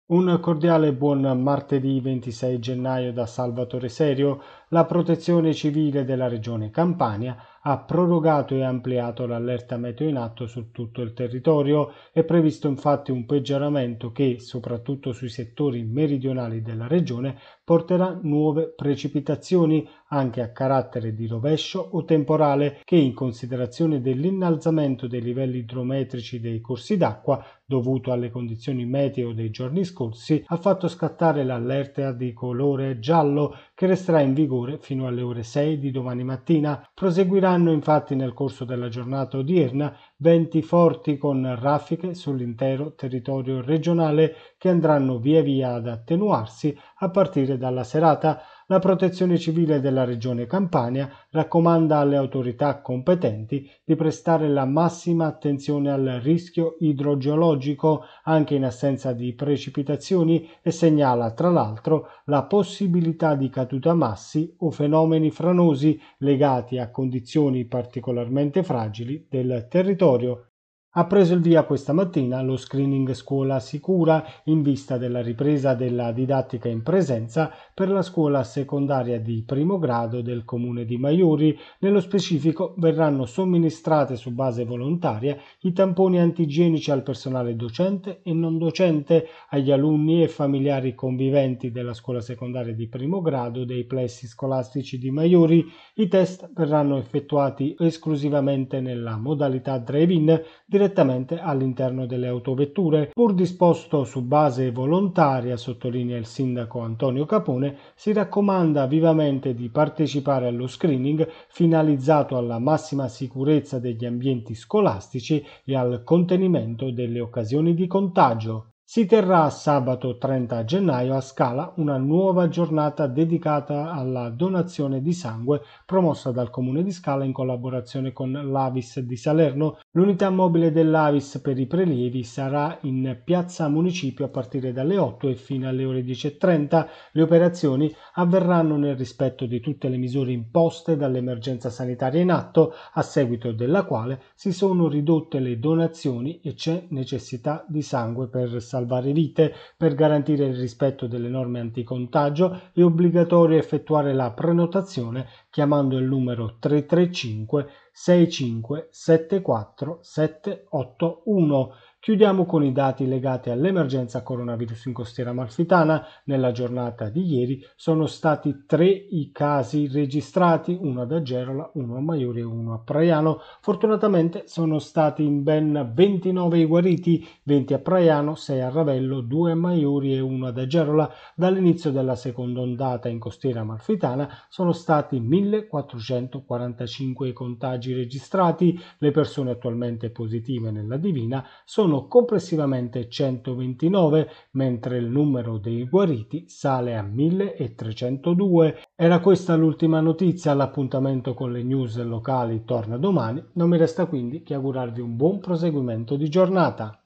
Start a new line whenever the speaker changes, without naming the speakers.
Un cordiale buon martedì 26 gennaio da Salvatore Serio. La Protezione Civile della Regione Campania ha prorogato e ampliato l'allerta meteo in atto su tutto il territorio. È previsto infatti un peggioramento che, soprattutto sui settori meridionali della regione, porterà nuove precipitazioni anche a carattere di rovescio o temporale che, in considerazione dell'innalzamento dei livelli idrometrici dei corsi d'acqua dovuto alle condizioni meteo dei giorni scorsi, ha fatto scattare l'allerta di colore giallo che resterà in vigore fino alle ore 6 di domani mattina. Proseguiranno infatti nel corso della giornata odierna venti forti con raffiche sull'intero territorio regionale che andranno via via ad attenuarsi a partire dalla serata. La Protezione Civile della Regione Campania raccomanda alle autorità competenti di prestare la massima attenzione al rischio idrogeologico anche in assenza di precipitazioni e segnala tra l'altro la possibilità di cadutamassi o fenomeni franosi legati a condizioni particolarmente fragili del territorio. Ha preso il via questa mattina lo screening Scuola Sicura in vista della ripresa della didattica in presenza per la scuola secondaria di primo grado del comune di Maiuri. Nello specifico verranno somministrate su base volontaria i tamponi antigenici al personale docente e non docente, agli alunni e familiari conviventi della scuola secondaria di primo grado dei plessi scolastici di Maiuri. I test verranno effettuati esclusivamente nella modalità drive-in direttamente all'interno delle autovetture. Pur disposto su base volontaria, sottolinea il sindaco Antonio Capone, si raccomanda vivamente di partecipare allo screening finalizzato alla massima sicurezza degli ambienti scolastici e al contenimento delle occasioni di contagio. Si terrà sabato 30 gennaio a Scala una nuova giornata dedicata alla donazione di sangue promossa dal Comune di Scala in collaborazione con l'Avis di Salerno. L'unità mobile dell'Avis per i prelievi sarà in Piazza Municipio a partire dalle 8 e fino alle ore 10:30. Le operazioni avverranno nel rispetto di tutte le misure imposte dall'emergenza sanitaria in atto, a seguito della quale si sono ridotte le donazioni e c'è necessità di sangue per salvare vite. Per garantire il rispetto delle norme anticontagio è obbligatorio effettuare la prenotazione chiamando il numero 335 65 74 781. Chiudiamo con i dati legati all'emergenza coronavirus in Costiera Amalfitana. Nella giornata di ieri sono stati 3 i casi registrati, uno ad Agerola, uno a Maiuri e uno a Praiano. Fortunatamente sono stati in ben 29 i guariti, 20 a Praiano, 6 a Ravello, 2 a Maiuri e 1 ad Agerola. Dall'inizio della seconda ondata in Costiera Amalfitana sono stati 1445 i contagi registrati. Le persone attualmente positive nella Divina sono complessivamente 129, mentre il numero dei guariti sale a 1302. Era questa l'ultima notizia, l'appuntamento con le news locali torna domani, non mi resta quindi che augurarvi un buon proseguimento di giornata.